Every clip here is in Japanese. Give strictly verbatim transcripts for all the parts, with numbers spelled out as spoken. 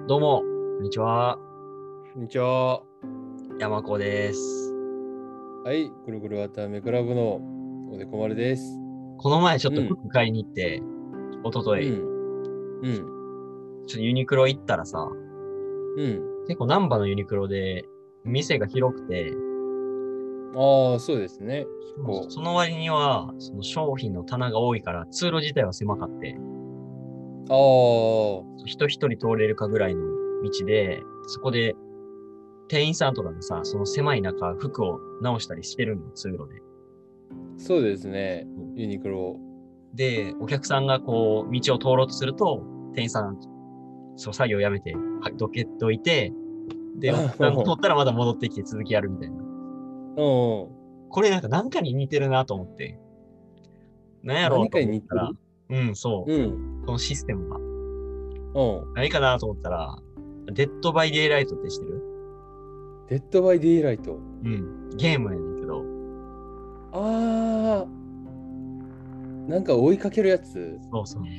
どうも、こんにちは。 こんにちは。 山子です。 はい、ぐるぐるわたあめクラブのおでこまるです。 この前ちょっとうん服買いに行って、おととい、 うん。うん。 ちょっとユニクロ行ったらさ、 うん。 結構難波のユニクロで店が広くて、 ああ、そうですね。こその割にはその商品の棚が多いから通路自体は狭かって、 う。あ人一人通れるかぐらいの道で、そこで店員さんとかがさ、その狭い中、服を直したりしてるのよ、通路で。 あ、そうですね。ユニクロ。 で、お客さんがこう、道を通ろうとすると、店員さん、そう、作業をやめて、はどけといて、で、お客さんが通ったらまだ戻ってきて続きやるみたいな。 うん。 これなんか何かに似てるなと思って。何やろうと何かに似て思ったら、 る？ うん、そう。 うん。 このシステムが。 うん。 何かなと思ったら、デッドバイデイライトって知ってる？ デッドバイデイライト。 うん。ゲームやねんけど。 ああ、なんか追いかけるやつ。 そうそう。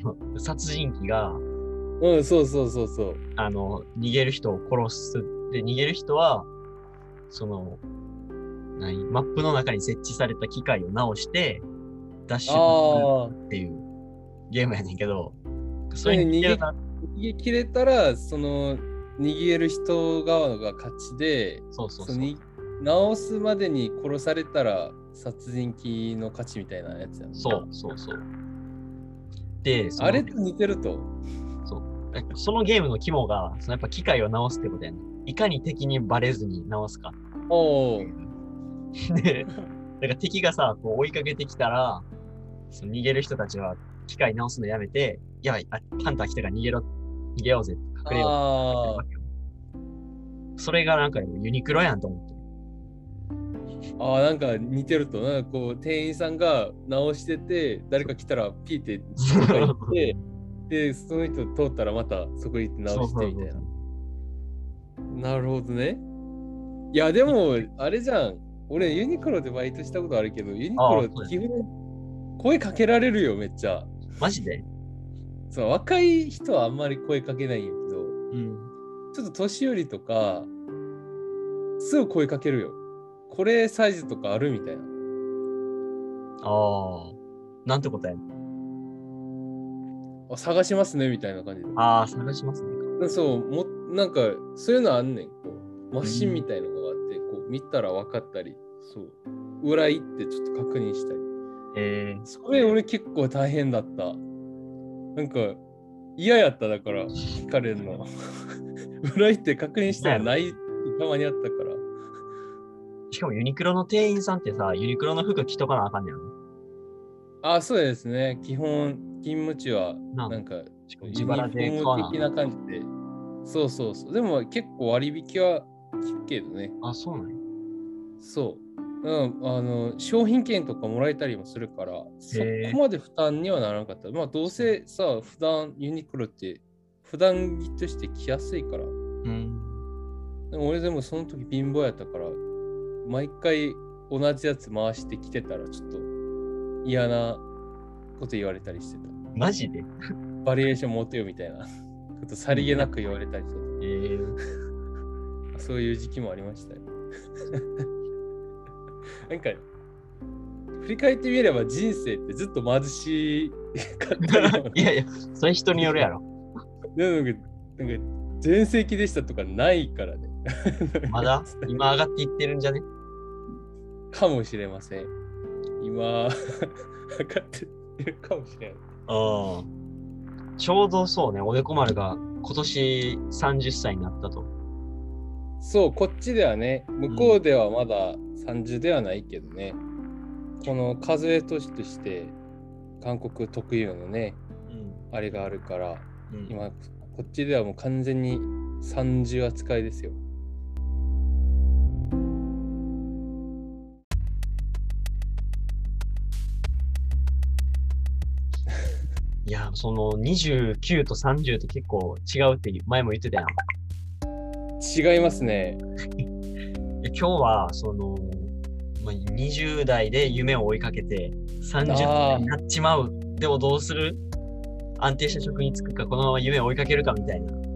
殺人鬼が、 うん、そうそうそうそう。 あの、逃げる人を殺す。で、逃げる人は、その、何マップの中に設置された機械を直して、脱出するああ、 っていうゲームやねんけど、そそれに逃げれに似てるな。 逃げ切れたら、その逃げる人側が勝ちで、 そうそうそう。 そのに直すまでに殺されたら殺人鬼の勝ちみたいなやつやん。 そうそうそう。で、そのあれと似てると。 そう。そのゲームの肝が、そのやっぱ機械を直すってことやねん。いかに敵にバレずに直すか。 おお。 で、だから敵がさ、こう追いかけてきたら、その逃げる人たちは機械直すのやめて、やばい、あハンター来たから逃げろ、逃げようぜ、隠れようああ。 ぜ。それがなんかユニクロやんと思って。 ああ、なんか似てると。なんかこう、店員さんが直してて、誰か来たらピーって行って、で、その人通ったらまたそこ行って直してみたいな。なるほどね。いや、でも、あれじゃん。俺、ユニクロでバイトしたことあるけど、ユニクロ基本、声かけられるよ、めっちゃ。 マジで？ その若い人はあんまり声かけないんやけど、 うん。 ちょっと年寄りとか、すぐ声かけるよ。これサイズとかあるみたいな。 ああ。なんて答えんあ、探しますね、みたいな感じで。 ああ、探しますね。 そう、もなんか、そういうのあんねん。こうマシンみたいなのがあって、こう見たら分かったり、そう。裏行ってちょっと確認したり。 えー、 それ俺結構大変だった。なんか、嫌やっただから、聞かれるの。裏行って確認したらないってたまにあったから。 しかもユニクロの店員さんってさ、ユニクロの服着とかなあかんねやろ。 あ、そうですね。基本、勤務地は、 ななんか、ユ自ニフォ腹で買わなーム的な感じで。そうそうそう。でも結構割引は聞くけどね。 あ、そうなんや。 そう。うん、あの、商品券とかもらえたりもするから、そこまで負担にはならなかった。まあ、どうせさ、普段ユニクロって、普段着として着やすいから。 うん。 でも俺でもその時貧乏やったから、毎回同じやつ回して着てたら、ちょっと嫌なこと言われたりしてた。 マジで？ バリエーション持てよみたいなことさりげなく言われたりしてた。 えー、 そういう時期もありましたよ。なんか、振り返ってみれば人生ってずっと貧しかったよ。 いやいや、それ人によるやろ。 なんか、なんか全盛期でしたとかないからね。 まだ今上がっていってるんじゃね？ かもしれません。今、上がっているかもしれない。 ああ。ちょうどそうね、おでこ丸が今年さんじゅっさいになったと。 そう、こっちではね、向こうではまださんじゅうではないけどね、うん、この数え年として韓国特有のね、うん、あれがあるから、うん、今こっちではもう完全にさんじゅう扱いですよ。 いや、そのにじゅうきゅうとさんじゅうって結構違うって前も言ってたやん。 違いますね。 今日はその、まあ、にじゅう代で夢を追いかけてさんじゅう代になっちまう。でもどうする？安定した職に就くか、このまま夢を追いかけるかみたいな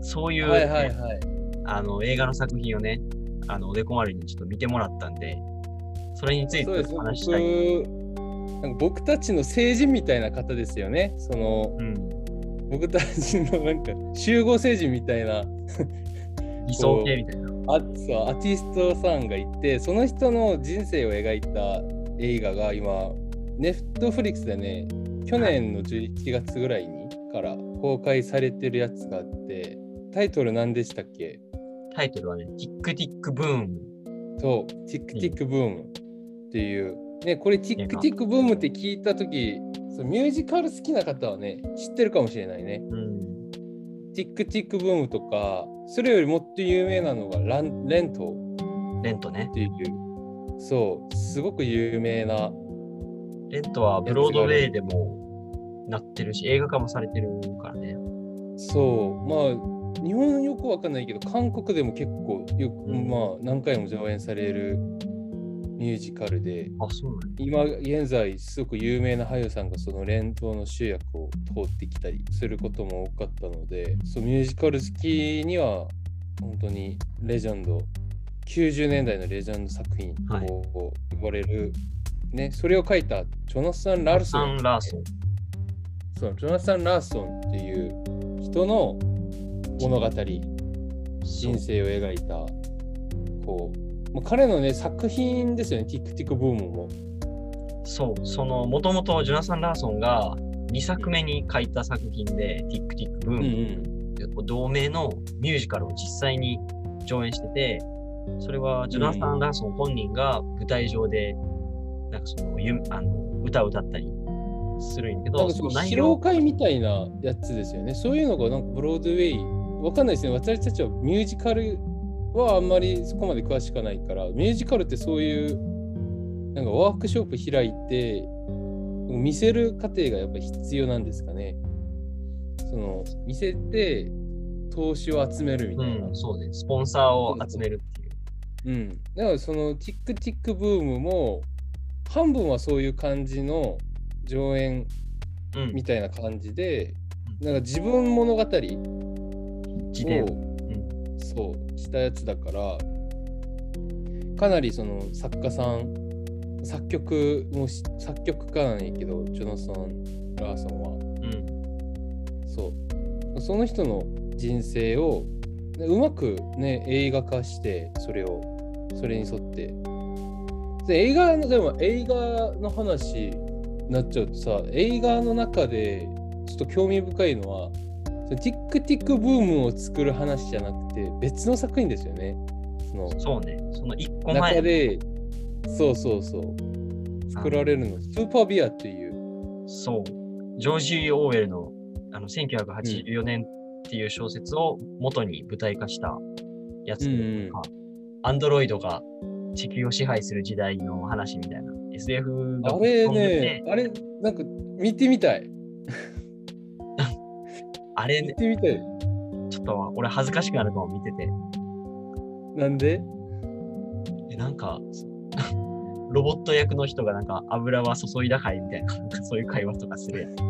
そういう、ね、 はいはいはい。 あの映画の作品をね、あのおでこ丸にちょっと見てもらったんで、それについて話したい。 なんか僕たちの成人みたいな方ですよね。その、うん、僕たちのなんか集合成人みたいな理想系みたいなあ、そう、アーティストさんがいて、その人の人生を描いた映画が今ネットフリックスでね、去年のじゅういちがつぐらいにから公開されてるやつがあって、タイトル何でしたっけ？ タイトルはね、ティックティックブーム。 そう、ティックティックブームっていう、ね、これティックティックブームって聞いたとき、そのミュージカル好きな方はね、知ってるかもしれないね。うん、ティックティックブームとか、それよりもっと有名なのがランレント。 レントね。 っていう、そう、すごく有名な。 レントはブロードウェイでもなってるし、映画化もされてるからね。 そう、まあ、日本よくわかんないけど、韓国でも結構よく、うん、まあ、何回も上演されるミュージカルで、 あ、そうなんだ。 今現在、すごく有名な俳優さんがその連投の主役を通ってきたりすることも多かったので、そうミュージカル好きには本当にレジェンド、きゅうじゅうねんだいのレジェンド作品と呼ばれる、はい、ね、それを書いたジョナサン・ラルソン。 ラーソン。 そう、ジョナサン・ラーソンっていう人の物語、人生を描いた、こう、もう彼のね、作品ですよね、ティックティックブームも。 そう、その、もともとジョナサン・ラーソンがにさくめに書いた作品で、ティックティックブーム、うんうん、同名のミュージカルを実際に上演してて、それはジョナサン・ラーソン本人が舞台上で、なんかその、あの歌を歌ったりするんやけど、 なんかその披露会みたいなやつですよね。そういうのがなんかブロードウェイ、わかんないですね。私たちはミュージカルはあんまりそこまで詳しくないから、ミュージカルってそういうなんかワークショップ開いて見せる過程がやっぱり必要なんですかね。その見せて投資を集めるみたいな、 うん、そうです。スポンサーを集めるっていう。 うん。だからそのティックティックブームも半分はそういう感じの上演みたいな感じで、うん、なんか自分物語を、うん、そうしたやつだから、かなりその作家さん、作曲も作曲家なんやけど、ジョナサン・ラーソンは、うん、そうその人の人生をうまくね映画化して、それをそれに沿ってで映画のでも映画の話になっちゃうとさ、映画の中でちょっと興味深いのはティックティックブームを作る話じゃなくて別の作品ですよね。そのそうね、そのいっこまえ中でそうそうそう作られるのスーパービアという、 そうジョージ・オーウェルのあのせんきゅうひゃくはちじゅうよねんっていう小説を元に舞台化したやつで、うんうん、アンドロイドが地球を支配する時代の話みたいな エスエフ があれね、あれなんか見てみたいあれ、 ね、見てみたい。 ちょっと俺恥ずかしくなるかも見てて。 なんで？ えなんかロボット役の人がなんか油は注いだかいみたいな、なんかそういう会話とかするやん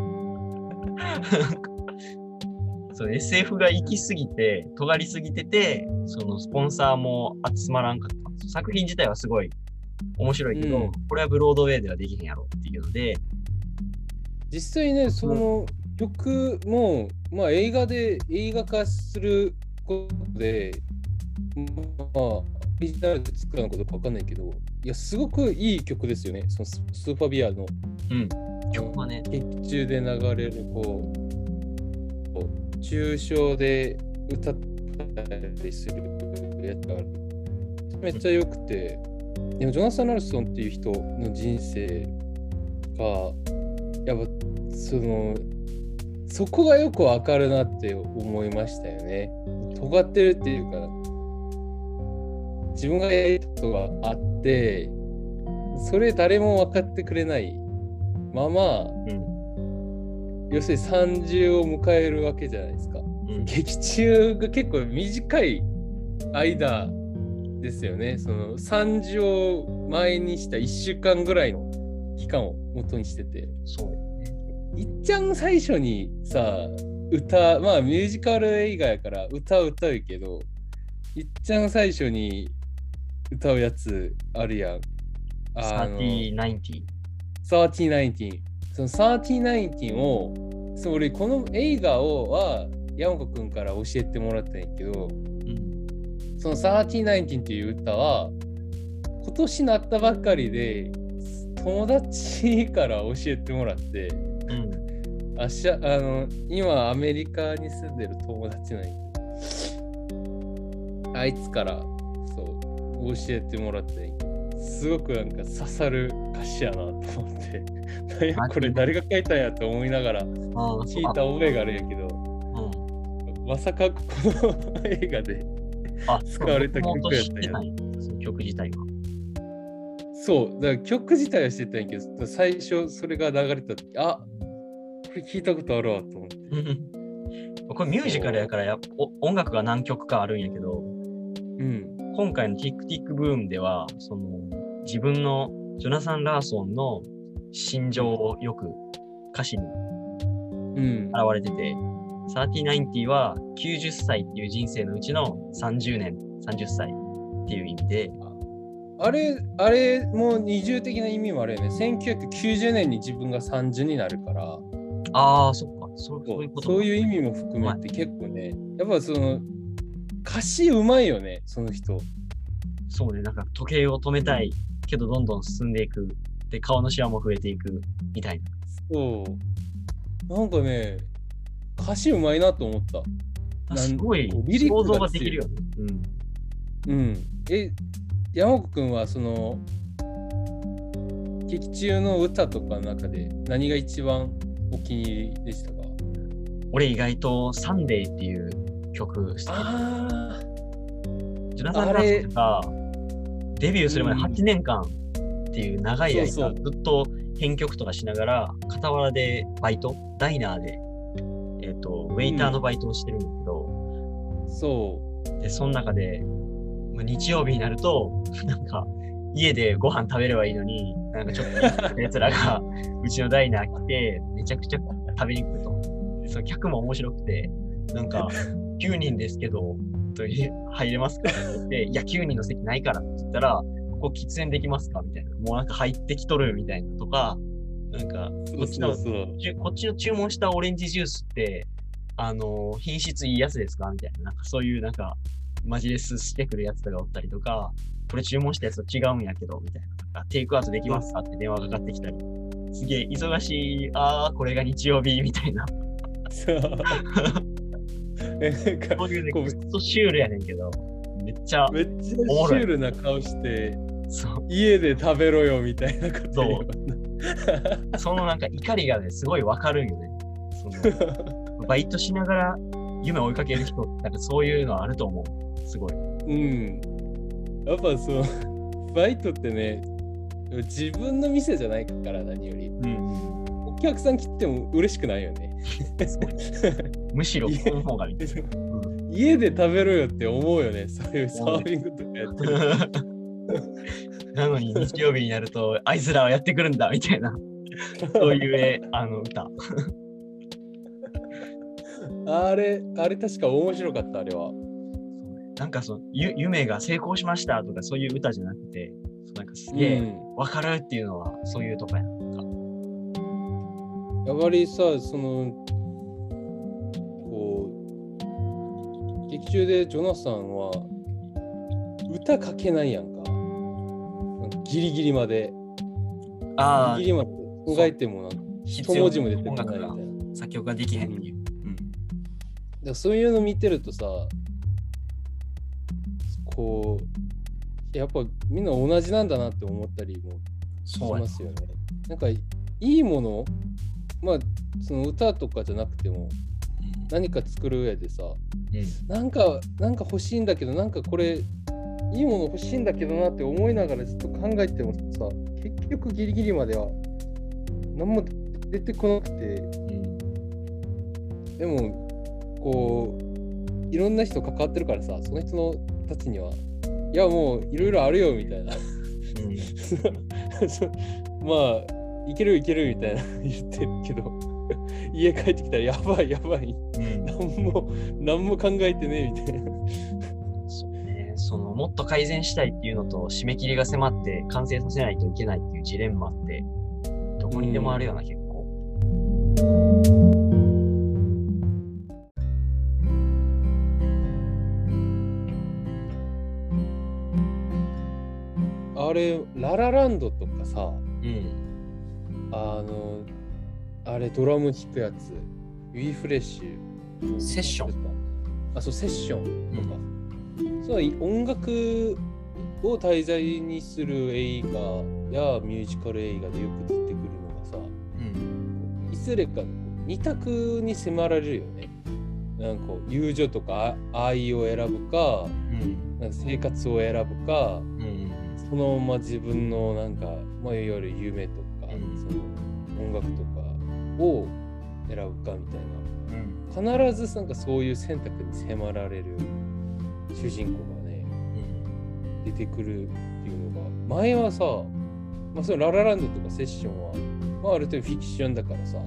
そう エスエフ が行き過ぎて尖りすぎてて、そのスポンサーも集まらんかった。作品自体はすごい面白いけど、うん、これはブロードウェイではできへんやろっていうので、 実際ねその曲も、まあ、映画で映画化することで、まあオリジナルで作らのかどうかわかんないけど、いやすごくいい曲ですよね。そのスーパービアの、 うん、曲はね劇中で流れるこう抽象で歌ったりするやつがある。めっちゃ良くて、でもジョナサン・ラルソンっていう人の人生がやっぱそのそこがよくわかるなって思いましたよね。尖ってるっていうか、自分がやりたいことがあってそれ誰も分かってくれないまま、うん、要するにさんじゅうを迎えるわけじゃないですか、うん、劇中が結構短い間ですよね。そのさんじゅうを前にしたいっしゅうかんぐらいの期間を元にしてて、 そういっちゃん最初にさ歌、まあミュージカル映画やから歌う歌うけど、いっちゃん最初に歌うやつあるやん。 あの、さんじゅうきゅう。 さんじゅうきゅう。そのさんじゅうきゅうを、そ俺この映画をは山子くんから教えてもらったんやけど、うん、そのさんじゅうきゅうっていう歌は今年なったばっかりで友達から教えてもらって、うん、あしゃあの今アメリカに住んでる友達なんやけど、あいつからそう教えてもらってんやけど、すごくなんか刺さる歌詞やなと思ってこれ誰が書いたんやと思いながら聞いた覚えがあるんやけど、うん、まさかこの映画で使われた曲やったんや。 その曲自体は。 そう、だから曲自体はしてたんやけど、最初それが流れた時、あ、これ聞いたことあるわと思って。 これミュージカルやからや音楽が何曲かあるんやけど、うん、今回のティックティックブームではその自分のジョナサン・ラーソンの心情をよく歌詞に現れてて、うん、さんじゅうきゅうはきゅうじゅっさいっていう人生のうちのさんじゅうねん、さんじゅっさいっていう意味で、 あれ、あれも二重的な意味もあるよね。せんきゅうひゃくきゅうじゅうねんに自分がさんじゅうになるから。 ああ、そっか。そう、そういうこと。 そういう意味も含めて結構ね、やっぱその歌詞うまいよね、その人。 そうね、なんか時計を止めたいけどどんどん進んでいく。で、顔のシワも増えていくみたいな。 そう。なんかね、歌詞うまいなと思った。 すごい想像ができるよね。 うん。うん。え、山子くんはその劇中の歌とかの中で何が一番お気に入りでしたか？ 俺意外とサンデーっていう曲好き。あジョナサン・ラーソンがデビューするまではちねんかんっていう長い間ずっと編曲とかしながら傍らでバイト、ダイナーで、えーと、ウェイターのバイトをしてるんだけど、 うん、そうでその中で日曜日になるとなんか家でご飯食べればいいのになんかちょっとやつらがうちのダイナー来てめちゃくちゃ食べに来ると。でその客も面白くてなんかきゅうにんですけど入れますかって言っていやきゅうにんの席ないからって言ったらここ喫煙できますかみたいな、もうなんか入ってきとるみたいなとか、なんかこっちのそうそうこっちの注文したオレンジジュースってあの品質いいやつですかみたいな、なんかそういうなんかマジレスしてくるやつとかおったりとか、これ注文したやつと違うんやけどみたいな、テイクアウトできますかって電話がかかってきたり、すげえ忙しい、あーこれが日曜日みたいな。そうそういうね、こうずっとシュールやねんけど、めっちゃめっちゃシュールな顔してそう家で食べろよみたいなこと言うそのなんか怒りがねすごいわかるんよね。そのバイトしながら夢を追いかける人なんかそういうのあると思う。すごい。 うん。やっぱそうバイトってね自分の店じゃないから何より、うん、お客さん来ても嬉しくないよね。 むしろこの方がいい。 家で食べろよって思うよね。そういうサーフィングとかやってる。 なのに日曜日になるとあいつらはやってくるんだみたいなそういうあの歌。 あれあれ確か面白かった。あれはなんかそのゆ夢が成功しましたとかそういう歌じゃなくて、なんかすげえ分かるっていうのはそういうとこやんか。 やっぱりさそのこう劇中でジョナサンは歌書けないやんか。ギリギリまで。あギリギリまで考えてもなんか一文字も出てこないみたいな。 作曲ができへんっていう。うんうん、だからそういうの見てるとさ、こうやっぱみんな同じなんだなって思ったりもしますよね。なんかいいもの、まあその歌とかじゃなくても何か作る上でさ、うん、なんかなんか欲しいんだけどなんかこれいいもの欲しいんだけどなって思いながらずっと考えてもさ、結局ギリギリまでは何も出てこなくて、うん、でもこういろんな人関わってるからさ、その人のたちにはいやもういろいろあるよみたいな、うん、まあいけるいけるみたいな言ってるけど家帰ってきたらやばいやばい、 うん、 何も何も考えてねえみたいな。 そうね、そのもっと改善したいっていうのと締め切りが迫って完成させないといけないっていうジレンマってどこにでもあるような、うん、結構。 あれララランドとかさ、 うん、 あのあれドラム弾くやつ、ウィーフレッシュセッション、 あ、そうセッションとか、うん、そう音楽を題材にする映画やミュージカル映画でよく出てくるのがさ、うん、いずれか二択に迫られるよね。なんか友情とか愛を選ぶか、うん、なんか生活を選ぶか、うん、そのまま自分のなんか、まあ、いわゆる夢とか、うん、その音楽とかを選ぶかみたいな、うん、必ずなんかそういう選択に迫られる主人公がね、うん、出てくるっていうのが、前はさ、まあ、そのララランドとかセッションは、まあ、ある程度フィクションだからさ、うん、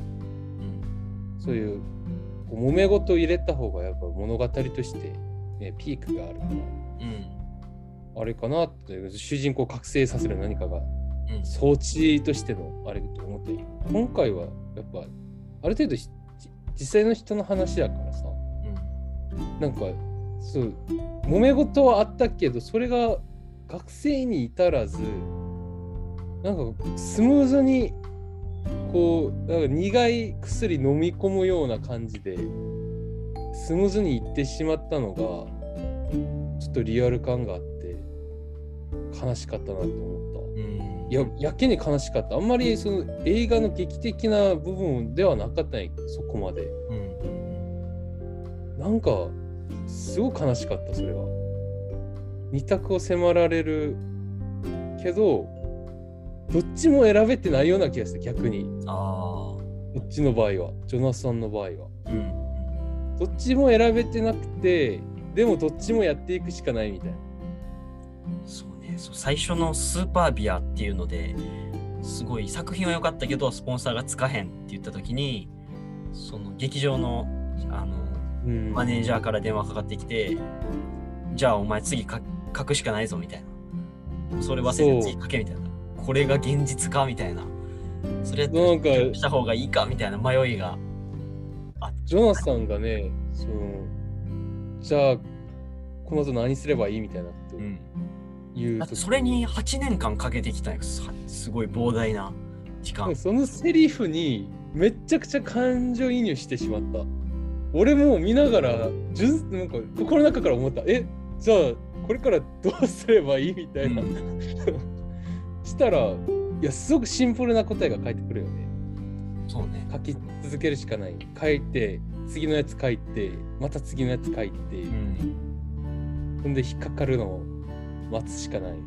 そういうこう揉め事を入れた方がやっぱ物語として、ね、ピークがあるから、うん、あれかなって、主人公を覚醒させる何かが、うん、装置としてのあれと思って、今回はやっぱある程度実際の人の話だからさ、うん、なんかそう揉め事はあったけど、それが学生に至らず、なんかスムーズにこうなんか苦い薬飲み込むような感じでスムーズにいってしまったのがちょっとリアル感があって悲しかったなと思った。うん、いややけに悲しかった。あんまりその映画の劇的な部分ではなかったんやけど、そこまで、うん、なんかすごく悲しかった。それは二択を迫られるけどどっちも選べてないような気がして、逆に。あどっちの場合は、ジョナサンの場合は、うん、どっちも選べてなくて、でもどっちもやっていくしかないみたいな。 そうね、そう最初のスーパービアっていうのですごい作品は良かったけどスポンサーがつかへんって言った時に、その劇場のあの、うん、マネージャーから電話かかってきて、じゃあお前次か書くしかないぞみたいな、それ忘れて次書けみたいな、これが現実かみたいな、それやってした方がいいかみたいな迷いがあって、 ジョナサンがね、そのじゃあこの後何すればいいみたいなっていう、うん、 だってそれにはちねんかんかけてきたよ。すごい膨大な時間。 そのセリフにめっちゃくちゃ感情移入してしまった。俺も見ながらじゅなんか心の中から思った。えじゃあこれからどうすればいいみたいな、うんしたら、いやすごくシンプルな答えが返ってくるよね。 そうね。 書き続けるしかない。書いて、次のやつ書いて、また次のやつ書いて、うん、ほんで引っかかるのを待つしかない。うん、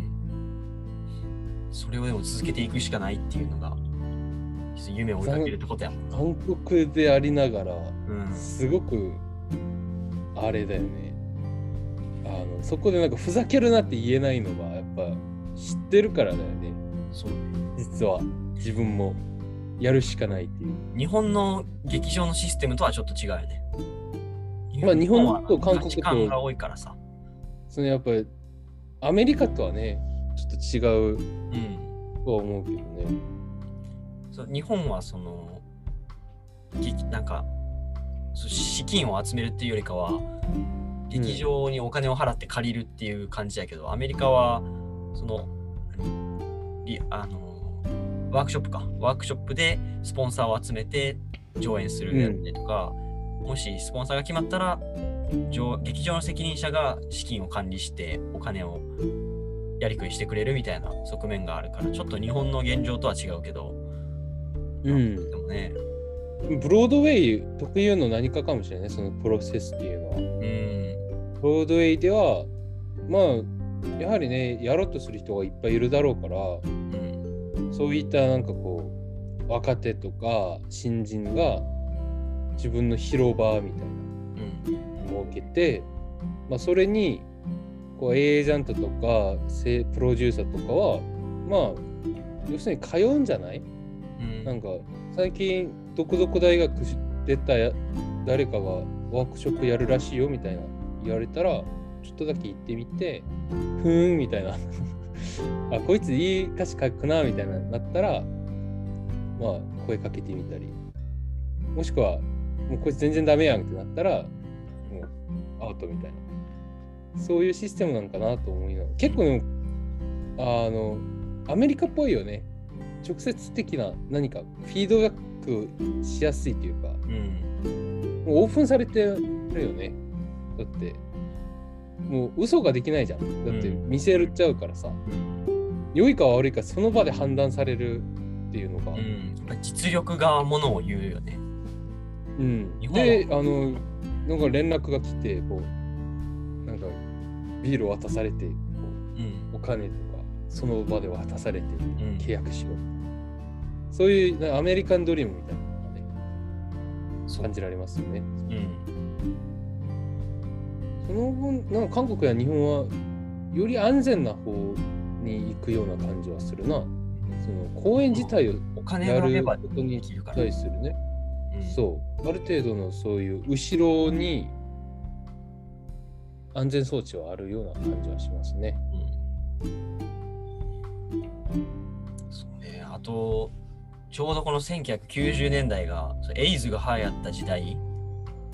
それをでも続けていくしかないっていうのが、夢を追いかけるってことやもんな。 残酷でありながら、うん、すごくあれだよね。あのそこでなんかふざけるなって言えないのがやっぱ知ってるからだよね。 そう実は自分もやるしかないっていう。 日本の劇場のシステムとはちょっと違うよね。 まあ日本と韓国と価値観が多いからさ。 そのやっぱりアメリカとはねちょっと違うとは思うけどね。 うん、そう日本はそのなんか資金を集めるっていうよりかは劇場にお金を払って借りるっていう感じやけど、うん、アメリカはそのあのワークショップかワークショップでスポンサーを集めて上演するやつとか、うん、もしスポンサーが決まったら劇場の責任者が資金を管理してお金をやりくりしてくれるみたいな側面があるから、ちょっと日本の現状とは違うけど、 うん、 でもねブロードウェイ特有の何かかもしれない、そのプロセスっていうのは。うん、ブロードウェイではまあやはりねやろうとする人がいっぱいいるだろうから、うん、そういったなんかこう若手とか新人が自分の広場みたいなのを設けて、まあ、それにこうエージェントとかプロデューサーとかはまあ要するに通うんじゃない、うん、なんか最近どこどこ大学出たや誰かがワークショップやるらしいよみたいな言われたらちょっとだけ行ってみてふーんみたいなあこいついい歌詞書くなみたいななったらまあ声かけてみたりもしくはもうこいつ全然ダメやんってなったらもうアウトみたいなそういうシステムなんかなと思いながら結構でもあのアメリカっぽいよね直接的な何かフィードバックしやすいというか、うん、もうオープンされてるよねだってもう嘘ができないじゃんだって見せるっちゃうからさ、うん、良いか悪いかその場で判断されるっていうのが、うん、 実力がものを言うよね、 うん、であのなんか連絡が来てこうなんかビールを渡されてこう、うん、お金とかその場で渡されて契約しよう、うん、そういうアメリカンドリームみたいなのがね感じられますよね、うん、その分なんか韓国や日本はより安全な方に行くような感じはするなその公演自体をやることに対するね、うん、そうある程度のそういう後ろに安全装置はあるような感じはしますね、うんそうね、あとちょうどこのせんきゅうひゃくきゅうじゅうねんだいがエイズが流行った時代、うん、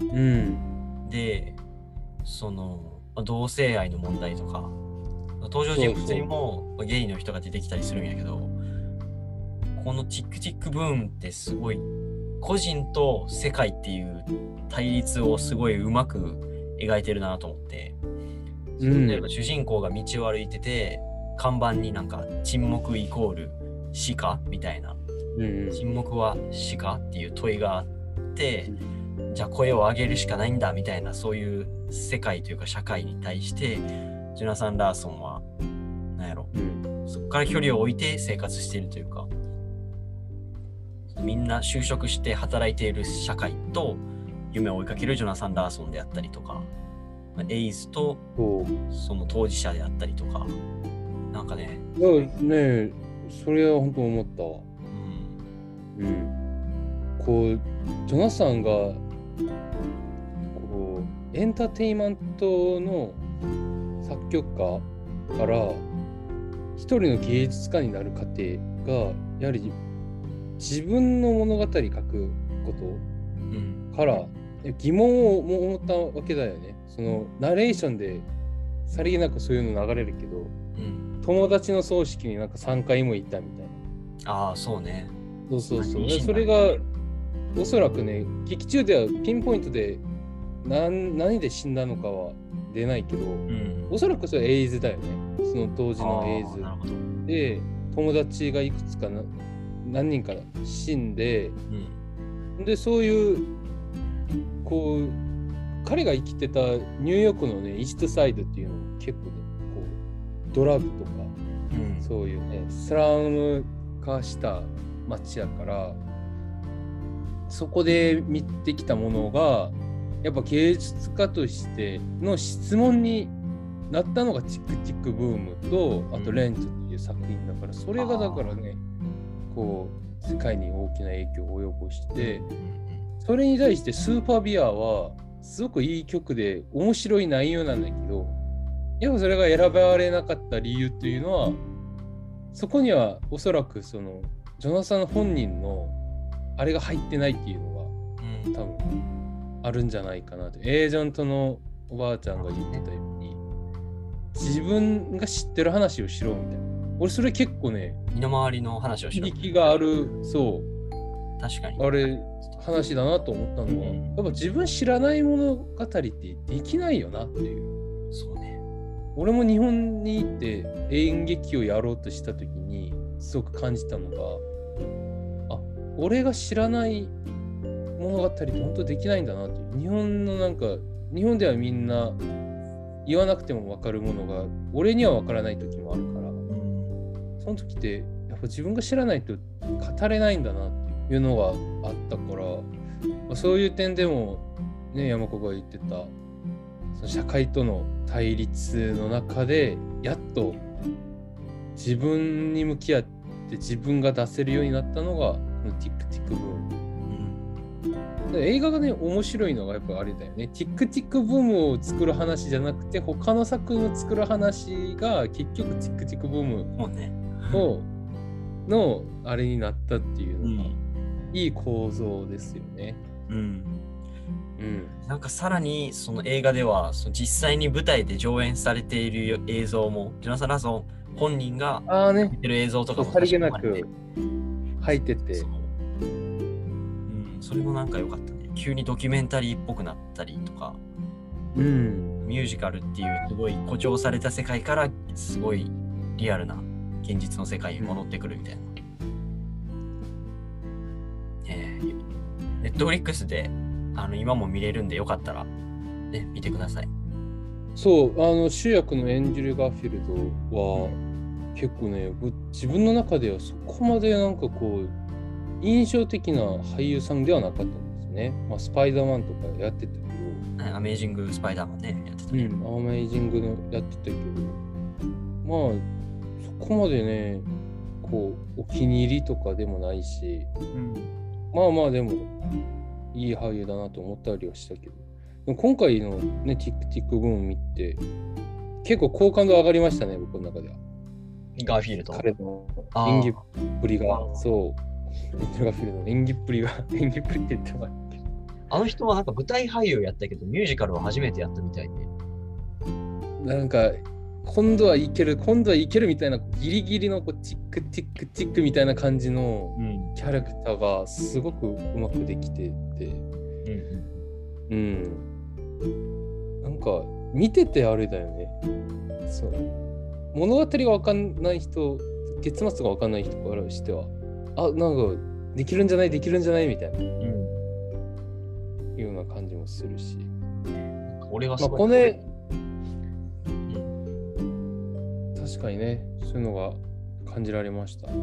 でその同性愛の問題とか登場人物にもゲイの人が出てきたりするんやけどこのチックチックブームってすごい個人と世界っていう対立をすごいうまく描いてるなと思って、うん、例えば主人公が道を歩いてて看板になんか沈黙イコール死かみたいな、うん、沈黙は死かっていう問いがあって、うん、じゃあ声を上げるしかないんだみたいなそういう世界というか社会に対してジョナサン・ラーソンはなんやろ、うん、そこから距離を置いて生活しているというかみんな就職して働いている社会と夢を追いかけるジョナサン・ラーソンであったりとかエイズとその当事者であったりとかなんかねいやねそれは本当思ったわうん、うん、こうジョナサンがこうエンターテインメントの作曲家から一人の芸術家になる過程がやはり自分の物語書くことから、うん、疑問を思ったわけだよねそのナレーションでさりげなくそういうの流れるけど、うん、友達の葬式になんかさんかいも行ったみたいなああそうねそうそうそうそれがおそらくね劇中ではピンポイントで 何, 何で死んだのかは出ないけど、うん、おそらくそれエイズだよねその当時のエイズで友達がいくつかな何人か死んで、うん、でそういうこう彼が生きてたニューヨークのねイーストサイドっていうのも結構ねこうドラッグとか、うん、そういうねスラム化した街やからそこで見てきたものがやっぱ芸術家としての質問になったのがチックチックブームとあとレンズっていう作品だからそれがだからねこう世界に大きな影響を及ぼしてそれに対してスーパービアはすごくいい曲で面白い内容なんだけどやっぱそれが選ばれなかった理由というのはそこにはおそらくそのジョナサン本人のあれが入ってないっていうのが多分あるんじゃないかなとエージェントのおばあちゃんが言ってたように自分が知ってる話をしろみたいな俺それ結構ね身の回りの話をしろ響きがあるそう確かにあれ話だなと思ったのは、うん、やっぱ自分知らない物語ってできないよなっていうそうね俺も日本に行って演劇をやろうとした時にすごく感じたのがあ俺が知らない物語って本当できないんだなっていう日本のなんか日本ではみんな言わなくても分かるものが俺には分からない時もあるからその時ってやっぱ自分が知らないと語れないんだなっていうのがあったから、まあ、そういう点でもね山子が言ってたその社会との対立の中でやっと自分に向き合って自分が出せるようになったのがこティックティックブーム。映画がね面白いのがやっぱあれだよね。ティックティックブームを作る話じゃなくて他の作品を作る話が結局ティックティックブームをのあれになったっていうのが、うん、いい構造ですよね。 うんうん、なんかさらにその映画ではその実際に舞台で上演されている映像もジョナサン・ラーソン本人が見てる映像とかもさりげなく入ってて、 そう、うん、それもなんか良かったね。急にドキュメンタリーっぽくなったりとか、 うん、 ミュージカルっていうすごい誇張された世界からすごいリアルな現実の世界に戻ってくるみたいな。えー、ネットフリックスであの今も見れるんでよかったら、ね、見てください。 そう、あの主役のエンジェル・ガーフィールドは結構ね、自分の中ではそこまでなんかこう印象的な俳優さんではなかったんですね。まあ、スパイダーマンとかやってたけど、アメージング・スパイダーマンね、やってたね。 うん、アメージングのやってたけど、まあそこまでね、こうお気に入りとかでもないし、うん、まあまあでもいい俳優だなと思ったりはしたけど、でも今回のね、ティックティックブーム見て、結構好感度上がりましたね、僕の中では。 ガーフィールド。 彼の演技っぷりが、そう、ガーフィールドの演技っぷりが、演技っぷりって言ってもらって。 あの人はなんか舞台俳優やったけど、ミュージカルは初めてやったみたいで。なんか、今度はいける、今度はいけるみたいな、ギリギリのこうティックティックティックみたいな感じのキャラクターがすごくうまくできてて、うん、うん、なんか見ててあれだよね。そう、物語が分かんない人、結末が分かんない人からしては、あ、なんかできるんじゃないできるんじゃないみたいな、うん、ような感じもするし、 俺はすごい、 まあ、これ確かにね、そういうのが感じられました。うん、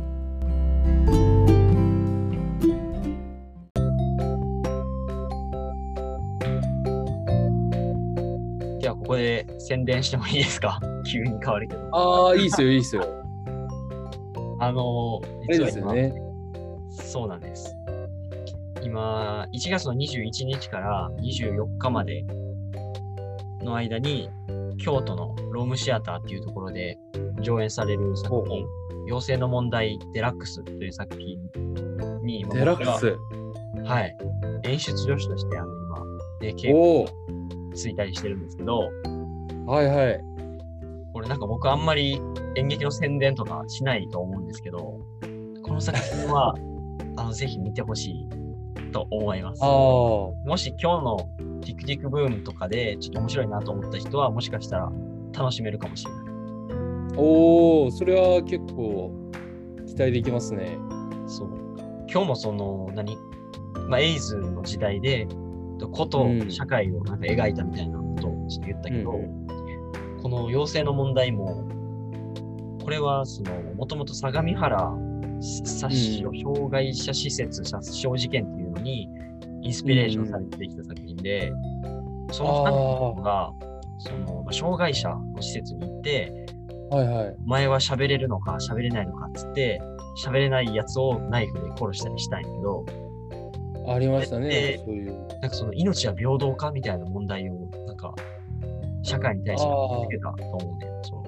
じゃあここで宣伝してもいいですか？急に変わるけど。 ああ、いいっすよ、いいっすよ。 あのー、実は今、いいですよね。 そうなんです。今、いちがつのにじゅういちにちからにじゅうよっかまでの間に、京都のロームシアターっていうところで上演される作品、妖精の問題デラックスという作品に、 デラックス、 はい、演出助手としてあの今、ね、稽古をついたりしてるんですけど、 はいはい。 これなんか僕あんまり演劇の宣伝とかしないと思うんですけど、この作品はあのぜひ見てほしいと思います。もし今日のティックティックブームとかでちょっと面白いなと思った人はもしかしたら楽しめるかもしれない。 おー、それは結構期待できますね。 そう。今日もその何、まあ、エイズの時代でこと社会をなんか描いたみたいなことをちょっと言ったけど、うん、この妖精の問題もこれはそのもともと相模原殺傷障害者施設殺傷事件っていうのにインスピレーションされてできた作品で、うん、その犯人がその障害者の施設に行って、 はいはい、 お前は喋れるのか喋れないのかっつって喋れないやつをナイフで殺したりしたんやけど、 ありましたね、そういう。 なんかその命は平等かみたいな問題をなんか社会に対してつけたと思うね。そう。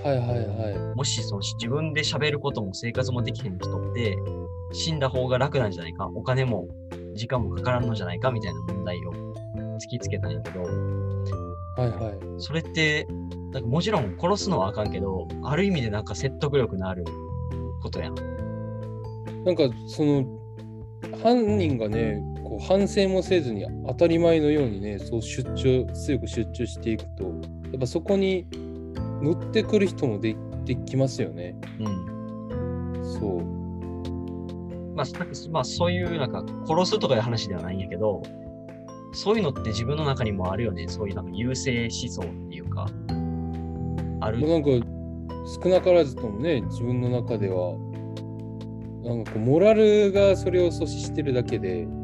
はいはいはい。 もしその自分で喋ることも生活もできへん人って死んだ方が楽なんじゃないか、お金も時間もかからんのじゃないかみたいな問題を突きつけたんやけど、 はいはい。 それってなんかもちろん殺すのはあかんけど、ある意味でなんか説得力のあることやん。 なんかその犯人がね、こう反省もせずに当たり前のようにね、そう出張強く出張していくと、やっぱそこに乗ってくる人もでできますよね。 うん。 そう。 まあ、まあ、そういうなんか殺すとかいう話ではないんやけど、そういうのって自分の中にもあるよね。そういうなんか優勢思想っていうか、ある。 もうなんか少なからずともね、自分の中ではなんかこうモラルがそれを阻止してるだけで、うん、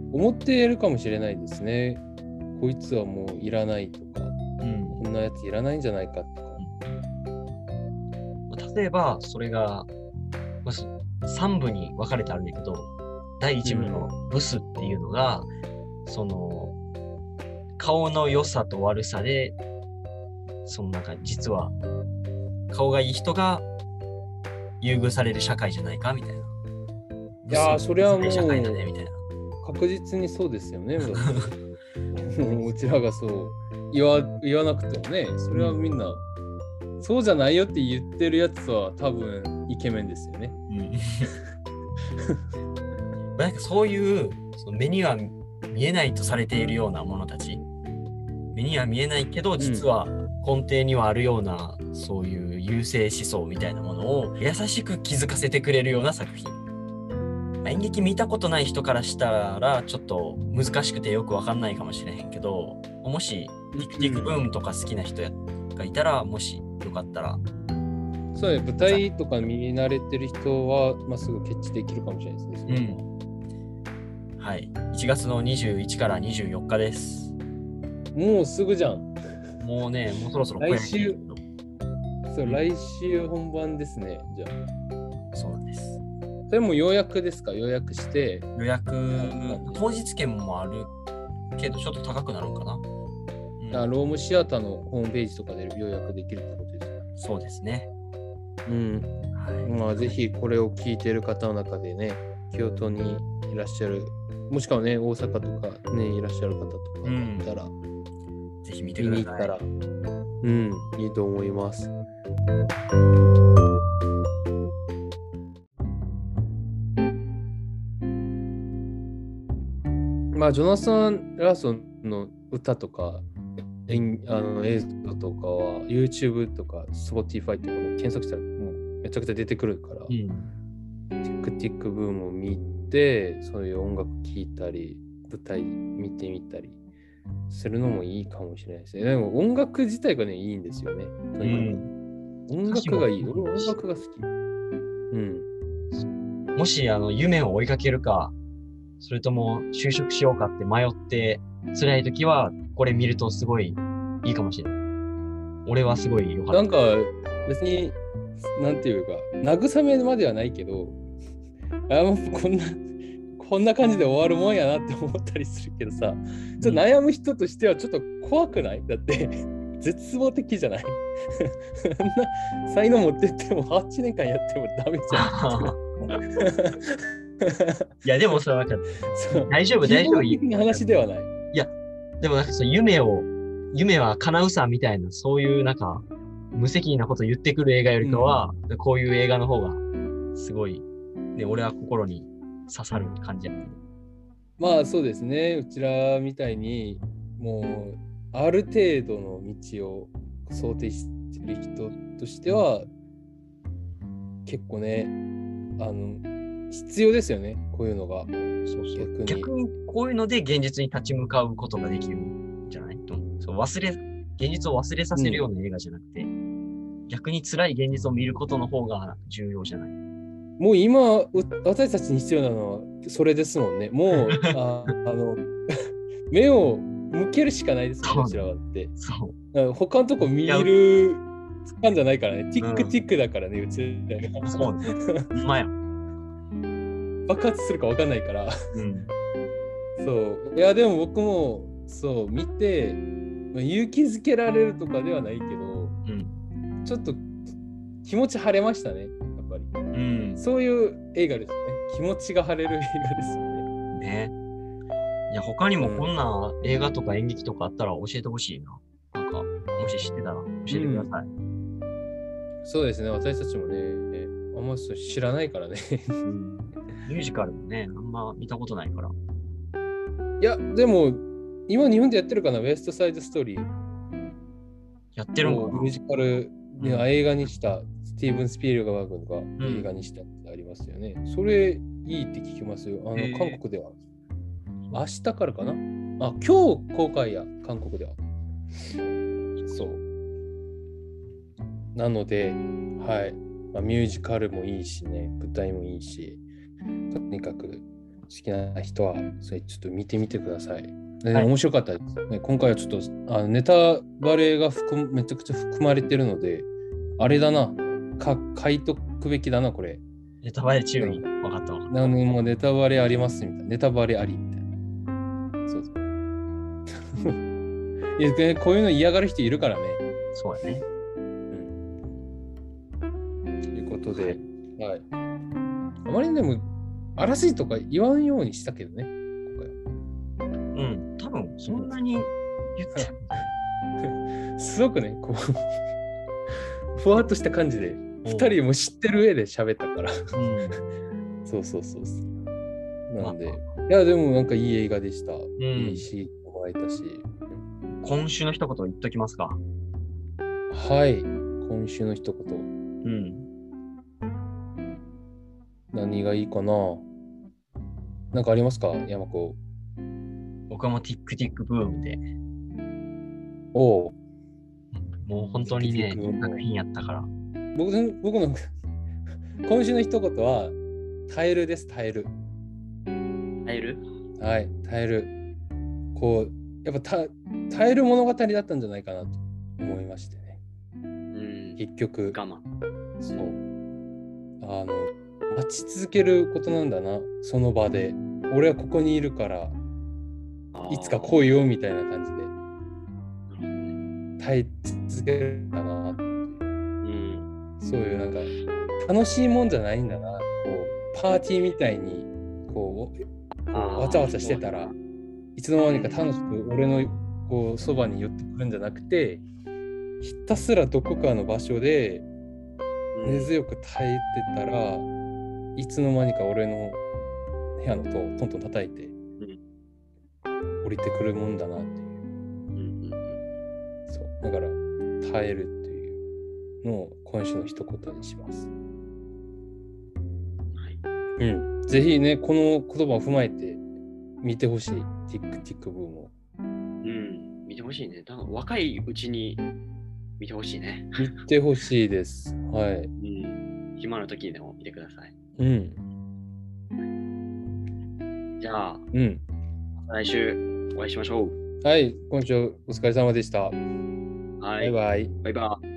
思っているかもしれないですね。こいつはもういらないとか、うん、こんなやついらないんじゃないかとか。 うん、例えばそれが、まあ、 さん部に分かれてあるんだけど、だいいち部のブスっていうのが、うん、その顔の良さと悪さで、そのなんか実は顔がいい人が優遇される社会じゃないかみたいな。いやー、それはもう社会だねみたいな。 確実にそうですよね。もううちらがそう言わ、言わなくてもね、それはみんな、うん、そうじゃないよって言ってるやつは多分イケメンですよね。 うん、なんかそういうその目には見えないとされているようなものたち、目には見えないけど実は根底にはあるような、うん、そういう優勢思想みたいなものを優しく気づかせてくれるような作品。演劇見たことない人からしたらちょっと難しくてよくわかんないかもしれへんけど、もしティクティクブームとか好きな人がいたら、もしよかったら、 そうね、舞台とか見慣れてる人は、まあ、すぐキャッチできるかもしれないですね。 うん、はい、いちがつのにじゅういちからにじゅうよっかです。 もうすぐじゃん。 もうね、もうそろそろ来週、そう、来週本番ですね。じゃあ、そうなんです。 それも予約ですか？予約して。 予約、当日券もあるけど、ちょっと高くなるのかな。 うん、あ、ロームシアターのホームページとかで予約できるってことですか？ そうですね。 うん。はい、まあ、ぜひこれを聞いている方の中でね、京都にいらっしゃる、もしくはね、大阪とかね、いらっしゃる方とかだったら、うん、 ぜひ見てください。 見に行ったら、うん、いいと思います。まあ、ジョナサン・ラーソンの歌とかあの映像とかは YouTube とか Spotify とかも検索したらもうめちゃくちゃ出てくるから、うん、ティックティックブームを見て、そういう音楽聴いたり舞台見てみたりするのもいいかもしれないですね。でも音楽自体がね、いいんですよね。とにかく、うん、音楽がいい。俺音楽が好き。うん。 もしあの夢を追いかけるか、それとも就職しようかって迷って辛いときはこれ見るとすごいいいかもしれない。俺はすごい良かった。 なんか別になんていうか慰めまではないけど、あもうこんなこんな感じで終わるもんやなって思ったりするけどさ、ちょっと悩む人としてはちょっと怖くない？だって絶望的じゃない？そんな才能持ってってもはちねんかんやってもダメじゃん。 いやでもさ、なんか大丈夫大丈夫。 基本的な話ではない。 いやでもなんかそう夢を夢は叶うさみたいな、そういうなんか無責任なことを言ってくる映画よりかは、うん、こういう映画の方がすごいね、俺は心に刺さる感じやね。 まあそうですね。うちらみたいにもうある程度の道を想定してる人としては結構ね、あの必要ですよね、こういうのが。 そうそう、逆に逆にこういうので現実に立ち向かうことができるんじゃないと。そう、忘れ現実を忘れさせるような映画じゃなくて、うん、逆に辛い現実を見ることの方が重要じゃない。 もう今私たちに必要なのはそれですもんね。もうああの目を向けるしかないですよね、こちらはって。 そう。 他のとこ見るつかんじゃないからね。ティックティックだからね、うん、うちらが。 そうね。ほんまや。 爆発するか分かんないから、 うん、 そういやでも僕もそう見て、まあ、勇気づけられるとかではないけど、うん、ちょっと気持ち晴れましたね、やっぱり、うん、そういう映画ですね。気持ちが晴れる映画ですよね。ね。いや他にもこんな映画とか演劇とかあったら教えてほしいな。なんかもし知ってたら教えてください。うん、 そうですね、私たちもねあんま知らないからね。 うんミュージカルもね、あんま見たことないから。 いや、でも、今日本でやってるかな、ウエストサイドストーリー。 やってるのかな。 ミュージカル、うん、映画にした、スティーブン・スピルバーグが映画にしたってありますよね。うん、それ、いいって聞きますよ。あの、韓国では。明日からかなあ、今日公開や、韓国では。そう。なので、はい。まあ、ミュージカルもいいしね、舞台もいいし、とにかく好きな人はそれちょっと見てみてください。で、はい、面白かったです、ね。今回はちょっとあのネタバレが含めちゃくちゃ含まれてるので、あれだな、か書いとくべきだなこれ。 ネタバレ注意。分かったわかった。 なんでもうネタバレありますみたいな。ネタバレありみたいな。そうそう。いやこういうの嫌がる人いるからね。 そうやね。 うん。ということで、はい。はい、あまりでも、あらしいとか言わんようにしたけどね、今回は。うん、多分そんなに言ってすごくね、こう、ふわっとした感じで、ふたりも知ってる上で喋ったから。うん、そうそうそうそう。なんで、まあ、いや、でもなんかいい映画でした。うん、いいし、もらえたし。 今週の一言言っときますか。 はい、今週の一言。うん。何がいいかな。なんかありますか、山子。 僕はもうティックティックブームで。 おう。 もう本当にね、作品やったから。 僕の、僕の今週の一言は、耐えるです、耐える。 耐える？ はい、耐える。こう、やっぱた耐える物語だったんじゃないかなと思いましてね。うん。結局。我慢。そう。あの、待ち続けることなんだな、その場で。俺はここにいるから、いつか来いよみたいな感じで。耐え続けるかなっていう、うん、そういうなんか楽しいもんじゃないんだな、こうパーティーみたいにこうわちゃわちゃしてたらいつの間にか楽しく俺のこうそばに寄ってくるんじゃなくて、ひたすらどこかの場所で根強く耐えてたら、いつの間にか俺の部屋の戸をトントン叩いて降りてくるもんだなっていう。だから耐えるっていうのを今週の一言にします。はい。うん。ぜひね、この言葉を踏まえて見てほしい。ティックティックブームを。 うん。見てほしいね。多分若いうちに見てほしいね。 見てほしいです。はい。うん。 暇な時にでも見てください。 うん。 じゃあ、 うん。 来週お会いしましょう。 はい。今週お疲れ様でした。 はい、 バイバイ。 バイバイ。